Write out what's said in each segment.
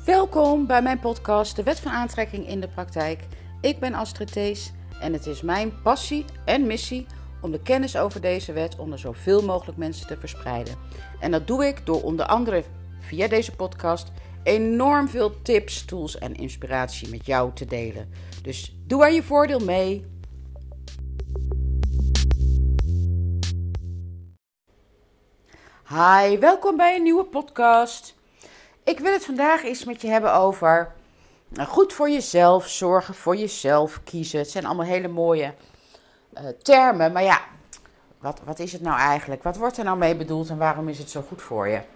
Welkom bij mijn podcast De Wet van Aantrekking in de Praktijk. Ik ben Astrid Thees en het is mijn passie en missie om de kennis over deze wet onder zoveel mogelijk mensen te verspreiden. En dat doe ik door onder andere via deze podcast enorm veel tips, tools en inspiratie met jou te delen. Dus doe er je voordeel mee. Hi, welkom bij een nieuwe podcast. Ik wil het vandaag eens met je hebben over goed voor jezelf, zorgen voor jezelf, kiezen. Het zijn allemaal hele mooie termen, maar ja, wat is het nou eigenlijk? Wat wordt er nou mee bedoeld en waarom is het zo goed voor je?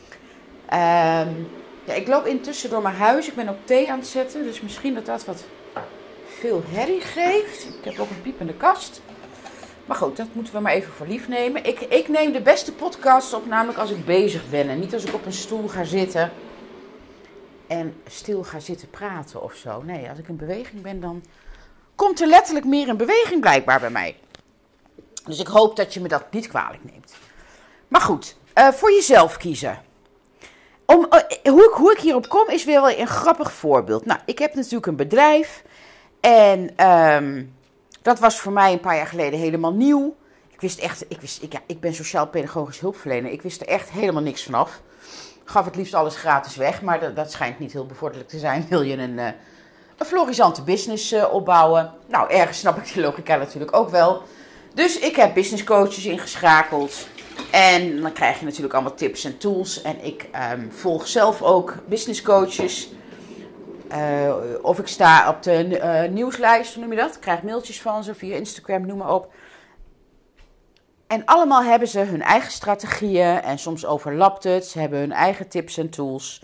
Ik loop intussen door mijn huis. Ik ben ook thee aan het zetten, dus misschien dat wat veel herrie geeft. Ik heb ook een piepende kast. Maar goed, dat moeten we maar even voor lief nemen. Ik neem de beste podcasts op, namelijk als ik bezig ben. En niet als ik op een stoel ga zitten en stil ga zitten praten of zo. Nee, als ik in beweging ben, dan komt er letterlijk meer in beweging blijkbaar bij mij. Dus ik hoop dat je me dat niet kwalijk neemt. Maar goed, voor jezelf kiezen. Hoe ik hierop kom is weer wel een grappig voorbeeld. Nou, ik heb natuurlijk een bedrijf en dat was voor mij een paar jaar geleden helemaal nieuw. Ik ben sociaal-pedagogisch hulpverlener. Ik wist er echt helemaal niks vanaf. Ik gaf het liefst alles gratis weg, maar dat schijnt niet heel bevorderlijk te zijn. Wil je een florisante business opbouwen? Nou, ergens snap ik die logica natuurlijk ook wel. Dus ik heb business coaches ingeschakeld. En dan krijg je natuurlijk allemaal tips en tools. En ik volg zelf ook business coaches. Of ik sta op de nieuwslijst, hoe noem je dat? Ik krijg mailtjes van ze via Instagram, noem maar op. En allemaal hebben ze hun eigen strategieën en soms overlapt het. Ze hebben hun eigen tips en tools.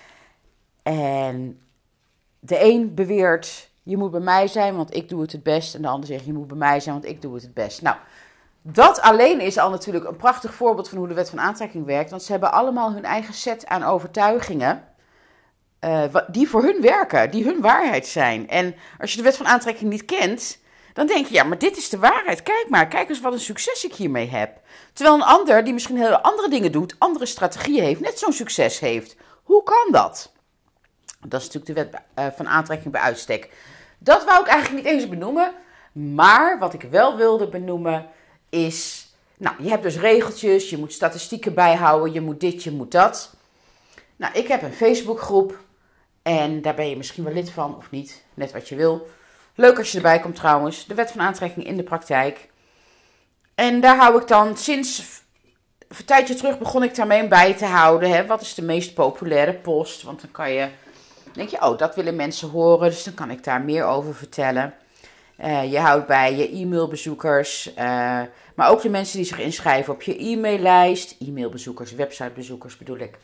En de een beweert, je moet bij mij zijn, want ik doe het best. En de ander zegt, je moet bij mij zijn, want ik doe het best. Nou, dat alleen is al natuurlijk een prachtig voorbeeld van hoe de wet van aantrekking werkt. Want ze hebben allemaal hun eigen set aan overtuigingen. Die voor hun werken, die hun waarheid zijn. En als je de wet van aantrekking niet kent, dan denk je, ja, maar dit is de waarheid. Kijk eens wat een succes ik hiermee heb. Terwijl een ander, die misschien hele andere dingen doet, andere strategieën heeft, net zo'n succes heeft. Hoe kan dat? Dat is natuurlijk de wet van aantrekking bij uitstek. Dat wou ik eigenlijk niet eens benoemen. Maar wat ik wel wilde benoemen is, nou, je hebt dus regeltjes, je moet statistieken bijhouden, je moet dit, je moet dat. Nou, ik heb een Facebookgroep. En daar ben je misschien wel lid van of niet, net wat je wil. Leuk als je erbij komt trouwens. De wet van aantrekking in de praktijk. En daar hou ik dan sinds een tijdje terug begon ik daarmee bij te houden. Hè. Wat is de meest populaire post? Want dan denk je, oh, dat willen mensen horen. Dus dan kan ik daar meer over vertellen. Je houdt bij je e-mailbezoekers. Maar ook de mensen die zich inschrijven op je e-maillijst. E-mailbezoekers, websitebezoekers bedoel ik.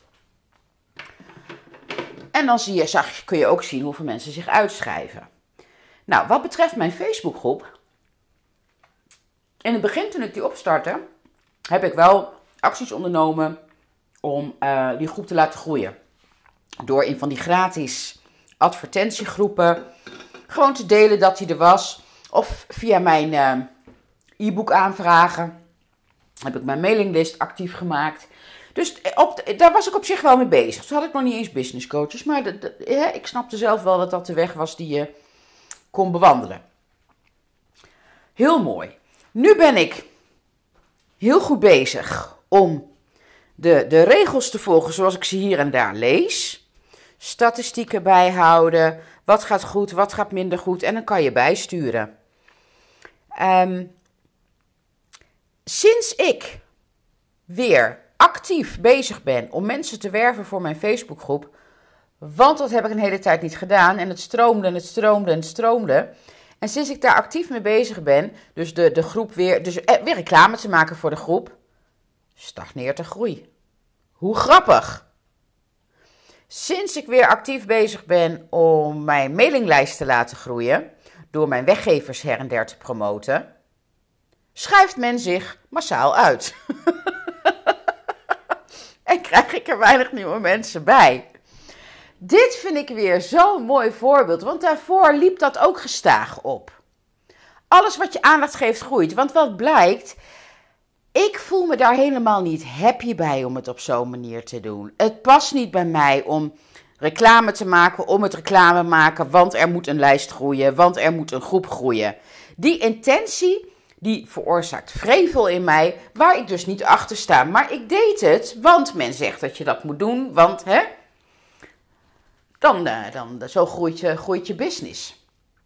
En dan kun je ook zien hoeveel mensen zich uitschrijven. Nou, wat betreft mijn Facebookgroep. In het begin toen ik die opstartte, heb ik wel acties ondernomen om die groep te laten groeien. Door in van die gratis advertentiegroepen gewoon te delen dat die er was. Of via mijn e-book aanvragen heb ik mijn mailinglist actief gemaakt. Dus daar was ik op zich wel mee bezig. Toen had ik nog niet eens business coaches. Maar ik snapte zelf wel dat dat de weg was die je kon bewandelen. Heel mooi. Nu ben ik heel goed bezig om de regels te volgen zoals ik ze hier en daar lees. Statistieken bijhouden. Wat gaat goed, wat gaat minder goed. En dan kan je bijsturen. Sinds ik weer actief bezig ben om mensen te werven voor mijn Facebookgroep. Want dat heb ik een hele tijd niet gedaan. En het stroomde en het stroomde en het stroomde. En sinds ik daar actief mee bezig ben, dus de groep weer reclame te maken voor de groep, stagneert de groei. Hoe grappig. Sinds ik weer actief bezig ben om mijn mailinglijst te laten groeien, door mijn weggevers her en der te promoten, schrijft men zich massaal uit. En krijg ik er weinig nieuwe mensen bij. Dit vind ik weer zo'n mooi voorbeeld, want daarvoor liep dat ook gestaag op. Alles wat je aandacht geeft groeit, want wat blijkt, ik voel me daar helemaal niet happy bij om het op zo'n manier te doen. Het past niet bij mij om reclame te maken om het reclame maken, want er moet een lijst groeien, want er moet een groep groeien. Die intentie, die veroorzaakt vrevel in mij, waar ik dus niet achter sta. Maar ik deed het, want men zegt dat je dat moet doen, want zo groeit je business.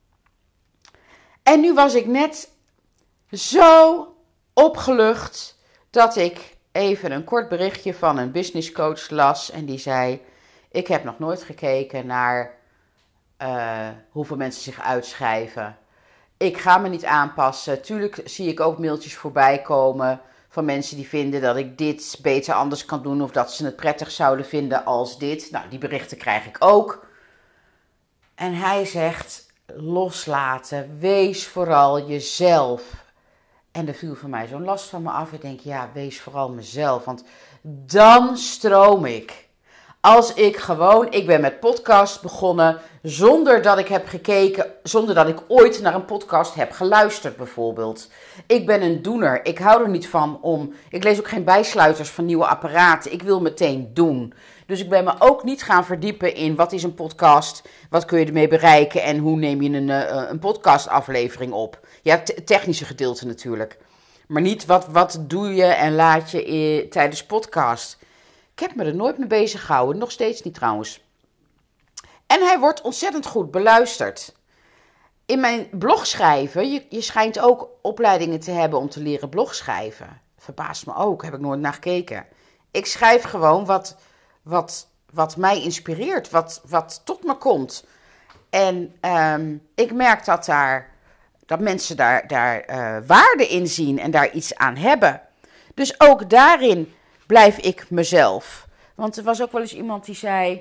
En nu was ik net zo opgelucht dat ik even een kort berichtje van een businesscoach las en die zei: ik heb nog nooit gekeken naar hoeveel mensen zich uitschrijven. Ik ga me niet aanpassen. Tuurlijk zie ik ook mailtjes voorbij komen van mensen die vinden dat ik dit beter anders kan doen of dat ze het prettig zouden vinden als dit. Nou, die berichten krijg ik ook. En hij zegt: loslaten, wees vooral jezelf. En er viel voor mij zo'n last van me af. Ik denk, ja, wees vooral mezelf, want dan stroom ik. Als ik ben met podcast begonnen zonder dat ik heb gekeken, zonder dat ik ooit naar een podcast heb geluisterd bijvoorbeeld. Ik ben een doener. Ik hou er niet van ik lees ook geen bijsluiters van nieuwe apparaten. Ik wil meteen doen. Dus ik ben me ook niet gaan verdiepen in wat is een podcast, wat kun je ermee bereiken en hoe neem je een podcastaflevering op. Ja, het technische gedeelte natuurlijk. Maar niet wat doe je en laat je tijdens podcast. Ik heb me er nooit mee bezig gehouden, nog steeds niet trouwens. En hij wordt ontzettend goed beluisterd. In mijn blog schrijven, je schijnt ook opleidingen te hebben om te leren blogschrijven. Verbaast me ook, heb ik nooit naar gekeken. Ik schrijf gewoon wat mij inspireert, wat tot me komt. En ik merk dat mensen daar waarde in zien en daar iets aan hebben. Dus ook daarin blijf ik mezelf. Want er was ook wel eens iemand die zei: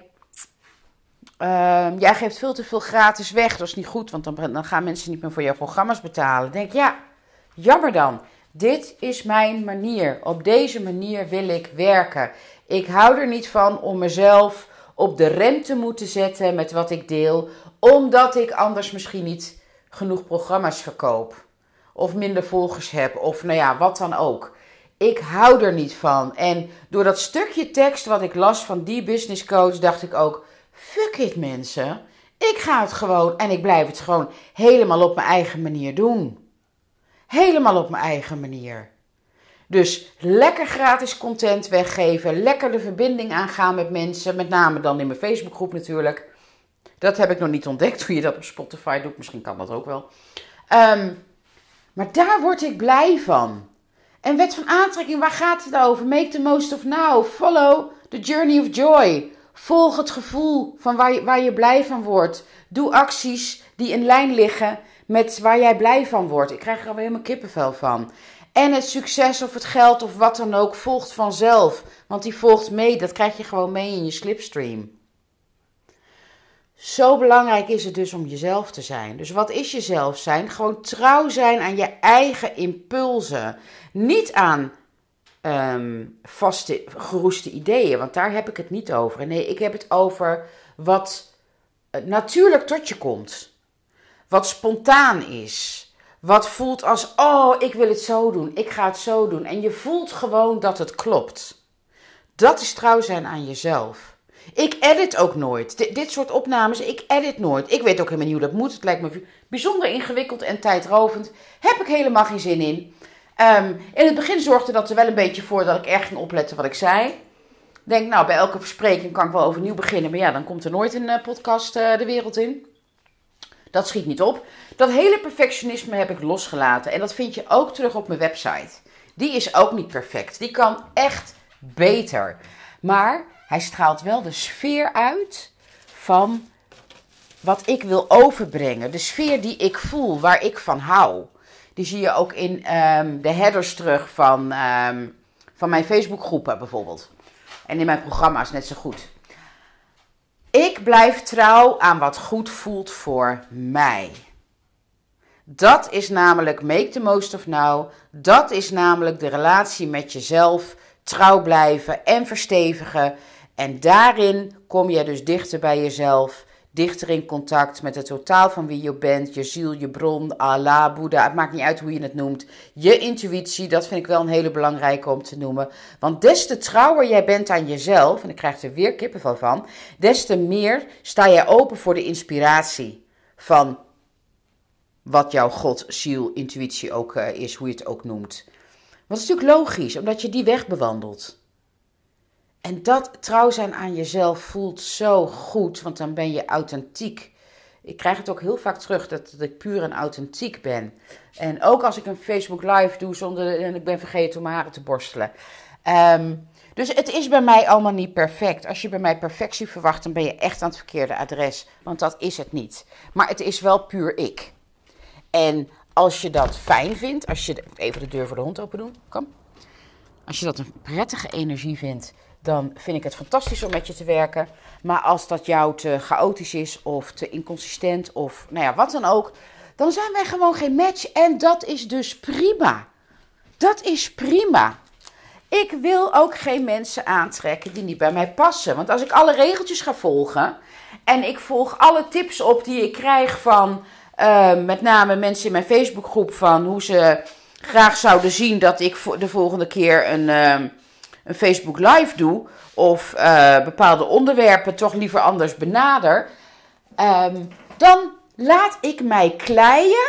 jij geeft veel te veel gratis weg. Dat is niet goed, want dan gaan mensen niet meer voor jouw programma's betalen. Ik denk, ja, jammer dan. Dit is mijn manier. Op deze manier wil ik werken. Ik hou er niet van om mezelf op de rem te moeten zetten met wat ik deel, omdat ik anders misschien niet genoeg programma's verkoop. Of minder volgers heb, of nou ja, wat dan ook. Ik hou er niet van. En door dat stukje tekst wat ik las van die businesscoach, dacht ik ook: fuck it mensen. Ik ga het gewoon en ik blijf het gewoon helemaal op mijn eigen manier doen. Helemaal op mijn eigen manier. Dus lekker gratis content weggeven. Lekker de verbinding aangaan met mensen. Met name dan in mijn Facebookgroep natuurlijk. Dat heb ik nog niet ontdekt hoe je dat op Spotify doet. Misschien kan dat ook wel. Maar daar word ik blij van. En wet van aantrekking, waar gaat het over? Make the most of now. Follow the journey of joy. Volg het gevoel van waar je blij van wordt. Doe acties die in lijn liggen met waar jij blij van wordt. Ik krijg er alweer helemaal kippenvel van. En het succes of het geld of wat dan ook volgt vanzelf. Want die volgt mee. Dat krijg je gewoon mee in je slipstream. Zo belangrijk is het dus om jezelf te zijn. Dus wat is jezelf zijn? Gewoon trouw zijn aan je eigen impulsen. Niet aan vaste, geroeste ideeën. Want daar heb ik het niet over. Nee, ik heb het over wat natuurlijk tot je komt. Wat spontaan is. Wat voelt als, oh, ik wil het zo doen. Ik ga het zo doen. En je voelt gewoon dat het klopt. Dat is trouw zijn aan jezelf. Ik edit ook nooit. Dit soort opnames, ik edit nooit. Ik weet ook helemaal niet hoe dat moet. Het lijkt me bijzonder ingewikkeld en tijdrovend. Heb ik helemaal geen zin in. In het begin zorgde dat er wel een beetje voor dat ik erg ging opletten wat ik zei. Denk, nou, bij elke verspreking kan ik wel overnieuw beginnen. Maar ja, dan komt er nooit een podcast de wereld in. Dat schiet niet op. Dat hele perfectionisme heb ik losgelaten. En dat vind je ook terug op mijn website. Die is ook niet perfect. Die kan echt beter. Maar hij straalt wel de sfeer uit van wat ik wil overbrengen. De sfeer die ik voel, waar ik van hou. Die zie je ook in de headers terug van mijn Facebookgroepen bijvoorbeeld. En in mijn programma's net zo goed. Ik blijf trouw aan wat goed voelt voor mij. Dat is namelijk make the most of now. Dat is namelijk de relatie met jezelf trouw blijven en verstevigen. En daarin kom je dus dichter bij jezelf. dichter in contact met het totaal van wie je bent, je ziel, je bron, Allah, Boeddha, het maakt niet uit hoe je het noemt. Je intuïtie, dat vind ik wel een hele belangrijke om te noemen. Want des te trouwer jij bent aan jezelf, en ik krijg er weer kippenvel van, des te meer sta jij open voor de inspiratie van wat jouw God, ziel, intuïtie ook is, hoe je het ook noemt. Want het is natuurlijk logisch, omdat je die weg bewandelt. En dat trouw zijn aan jezelf voelt zo goed, want dan ben je authentiek. Ik krijg het ook heel vaak terug dat ik puur en authentiek ben. En ook als ik een Facebook live doe en ik ben vergeten om mijn haren te borstelen. Dus het is bij mij allemaal niet perfect. Als je bij mij perfectie verwacht, dan ben je echt aan het verkeerde adres. Want dat is het niet. Maar het is wel puur ik. En als je dat fijn vindt, even de deur voor de hond open doen, kom. Als je dat een prettige energie vindt, dan vind ik het fantastisch om met je te werken. Maar als dat jou te chaotisch is of te inconsistent of nou ja, wat dan ook, dan zijn wij gewoon geen match. En dat is dus prima. Dat is prima. Ik wil ook geen mensen aantrekken die niet bij mij passen. Want als ik alle regeltjes ga volgen en ik volg alle tips op die ik krijg van met name mensen in mijn Facebookgroep van hoe ze graag zouden zien dat ik de volgende keer een Facebook live doe of bepaalde onderwerpen toch liever anders benader, dan laat ik mij kleien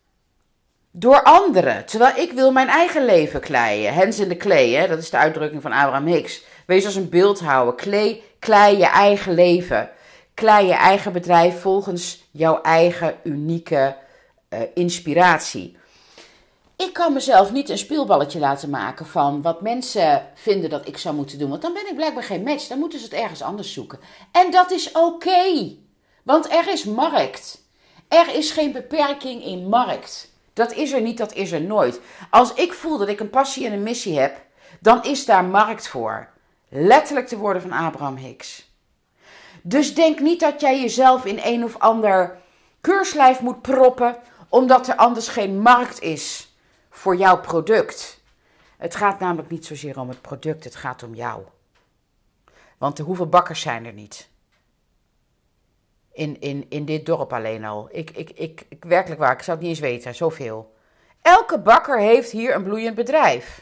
door anderen. Terwijl ik wil mijn eigen leven kleien. Hands in the clay, hè? Dat is de uitdrukking van Abraham Hicks. Wees als een beeldhouwer. Klei je eigen leven. Klei je eigen bedrijf volgens jouw eigen unieke inspiratie. Ik kan mezelf niet een speelballetje laten maken van wat mensen vinden dat ik zou moeten doen. Want dan ben ik blijkbaar geen match. Dan moeten ze het ergens anders zoeken. En dat is oké. Want er is markt. Er is geen beperking in markt. Dat is er niet, dat is er nooit. Als ik voel dat ik een passie en een missie heb, dan is daar markt voor. Letterlijk de woorden van Abraham Hicks. Dus denk niet dat jij jezelf in een of ander keurslijf moet proppen, omdat er anders geen markt is voor jouw product. Het gaat namelijk niet zozeer om het product, het gaat om jou. Want hoeveel bakkers zijn er niet? In dit dorp alleen al. Ik werkelijk waar, ik zou het niet eens weten, zoveel. Elke bakker heeft hier een bloeiend bedrijf.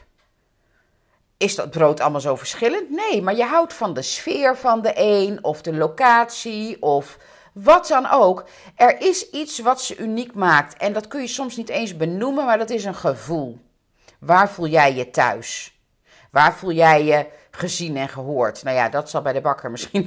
Is dat brood allemaal zo verschillend? Nee, maar je houdt van de sfeer van de een, of de locatie, of wat dan ook. Er is iets wat ze uniek maakt. En dat kun je soms niet eens benoemen, maar dat is een gevoel. Waar voel jij je thuis? Waar voel jij je gezien en gehoord? Nou ja, dat zal bij de bakker misschien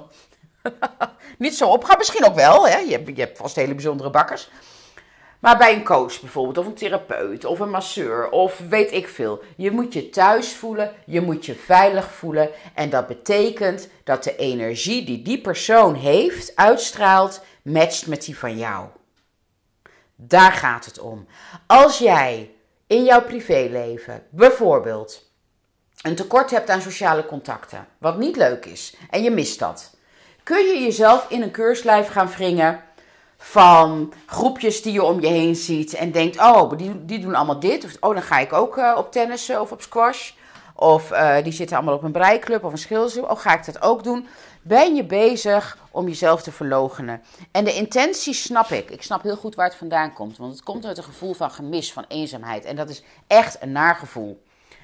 niet zo opgaan. Misschien ook wel, hè? Je hebt vast hele bijzondere bakkers. Maar bij een coach bijvoorbeeld, of een therapeut, of een masseur, of weet ik veel. Je moet je thuis voelen, je moet je veilig voelen. En dat betekent dat de energie die die persoon heeft, uitstraalt, matcht met die van jou. Daar gaat het om. Als jij in jouw privéleven bijvoorbeeld een tekort hebt aan sociale contacten, wat niet leuk is, en je mist dat, kun je jezelf in een keurslijf gaan wringen van groepjes die je om je heen ziet en denkt, oh, die doen allemaal dit. Of oh, dan ga ik ook op tennissen of op squash. Of die zitten allemaal op een breiklub of een schilderclub. Oh, ga ik dat ook doen? Ben je bezig om jezelf te verloochenen? En de intentie snap ik. Ik snap heel goed waar het vandaan komt. Want het komt uit een gevoel van gemis, van eenzaamheid. En dat is echt een naar gevoel.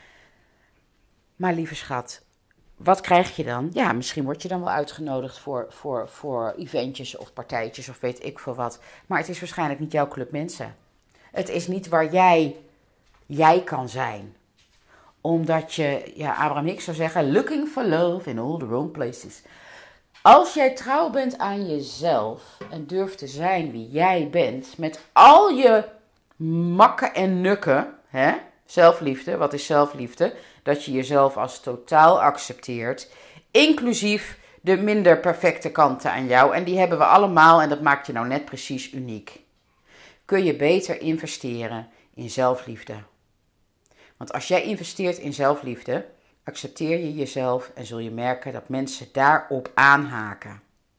Maar lieve schat, wat krijg je dan? Ja, misschien word je dan wel uitgenodigd voor eventjes of partijtjes of weet ik veel wat. Maar het is waarschijnlijk niet jouw club mensen. Het is niet waar jij kan zijn. Omdat je, ja, Abraham Hicks zou zeggen, looking for love in all the wrong places. Als jij trouw bent aan jezelf en durft te zijn wie jij bent, met al je makken en nukken, hè? Zelfliefde, wat is zelfliefde? Dat je jezelf als totaal accepteert, inclusief de minder perfecte kanten aan jou. En die hebben we allemaal en dat maakt je nou net precies uniek. Kun je beter investeren in zelfliefde. Want als jij investeert in zelfliefde, accepteer je jezelf en zul je merken dat mensen daarop aanhaken.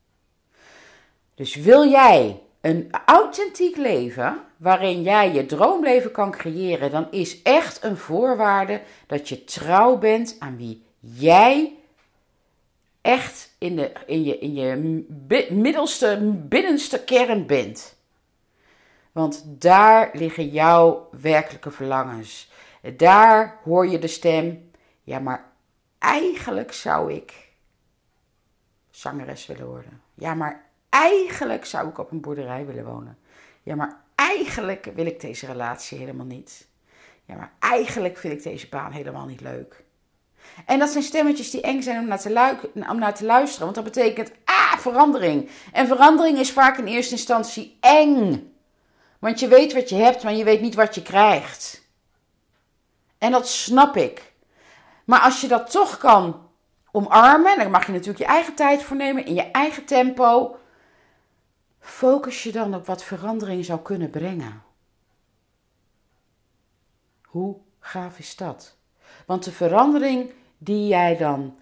Dus wil jij een authentiek leven waarin jij je droomleven kan creëren, dan is echt een voorwaarde dat je trouw bent aan wie jij echt in je middelste, binnenste kern bent. Want daar liggen jouw werkelijke verlangens. Daar hoor je de stem. Ja, maar eigenlijk zou ik zangeres willen worden. Ja, maar eigenlijk zou ik op een boerderij willen wonen. Ja, maar eigenlijk wil ik deze relatie helemaal niet. Ja, maar eigenlijk vind ik deze baan helemaal niet leuk. En dat zijn stemmetjes die eng zijn om naar te luisteren. Want dat betekent, verandering. En verandering is vaak in eerste instantie eng. Want je weet wat je hebt, maar je weet niet wat je krijgt. En dat snap ik. Maar als je dat toch kan omarmen, dan mag je natuurlijk je eigen tijd voor nemen, in je eigen tempo. Focus je dan op wat verandering zou kunnen brengen. Hoe gaaf is dat? Want de verandering die jij dan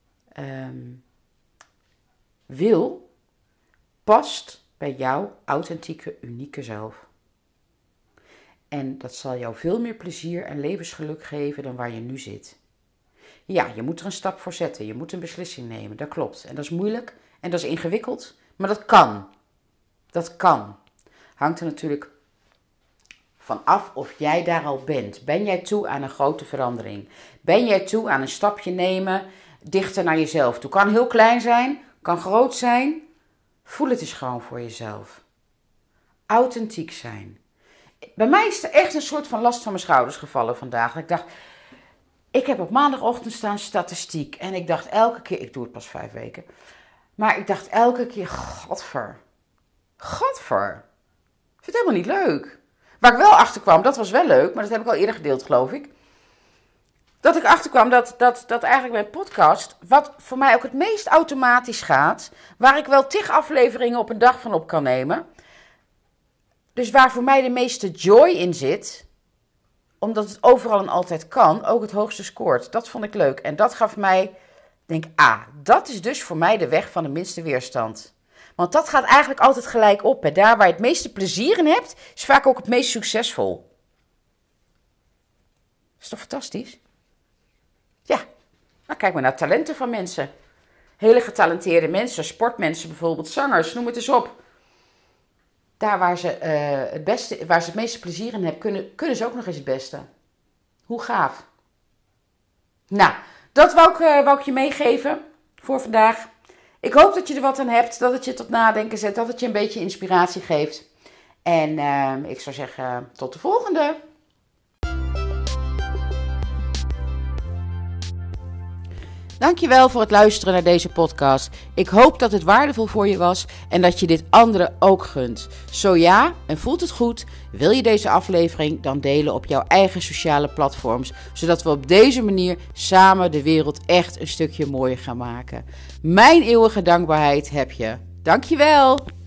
wil, past bij jouw authentieke, unieke zelf. En dat zal jou veel meer plezier en levensgeluk geven dan waar je nu zit. Ja, je moet er een stap voor zetten. Je moet een beslissing nemen, dat klopt. En dat is moeilijk en dat is ingewikkeld, maar dat kan. Dat kan. Hangt er natuurlijk van af of jij daar al bent. Ben jij toe aan een grote verandering? Ben jij toe aan een stapje nemen dichter naar jezelf toe? Kan heel klein zijn, kan groot zijn. Voel het eens gewoon voor jezelf. Authentiek zijn. Bij mij is er echt een soort van last van mijn schouders gevallen vandaag. Ik dacht, ik heb op maandagochtend staan statistiek. En ik dacht elke keer, ik doe het pas 5 weken. Maar ik dacht elke keer, godver. Ik vind het helemaal niet leuk. Waar ik wel achter kwam, dat was wel leuk, maar dat heb ik al eerder gedeeld, geloof ik. Dat ik achterkwam dat eigenlijk mijn podcast, wat voor mij ook het meest automatisch gaat, waar ik wel 10 afleveringen op een dag van op kan nemen. Dus waar voor mij de meeste joy in zit, omdat het overal en altijd kan, ook het hoogste scoort. Dat vond ik leuk. En dat gaf mij, denk dat is dus voor mij de weg van de minste weerstand. Want dat gaat eigenlijk altijd gelijk op. Hè. Daar waar je het meeste plezier in hebt, is vaak ook het meest succesvol. Is toch fantastisch? Ja, nou kijk maar naar talenten van mensen. Hele getalenteerde mensen, sportmensen bijvoorbeeld, zangers, noem het eens op. Daar waar ze het meeste plezier in hebben, kunnen ze ook nog eens het beste. Hoe gaaf. Nou, dat wou ik je meegeven voor vandaag. Ik hoop dat je er wat aan hebt, dat het je tot nadenken zet, dat het je een beetje inspiratie geeft. En ik zou zeggen, tot de volgende. Dankjewel voor het luisteren naar deze podcast. Ik hoop dat het waardevol voor je was en dat je dit anderen ook gunt. Zo ja, en voelt het goed, wil je deze aflevering dan delen op jouw eigen sociale platforms, zodat we op deze manier samen de wereld echt een stukje mooier gaan maken. Mijn eeuwige dankbaarheid heb je. Dankjewel!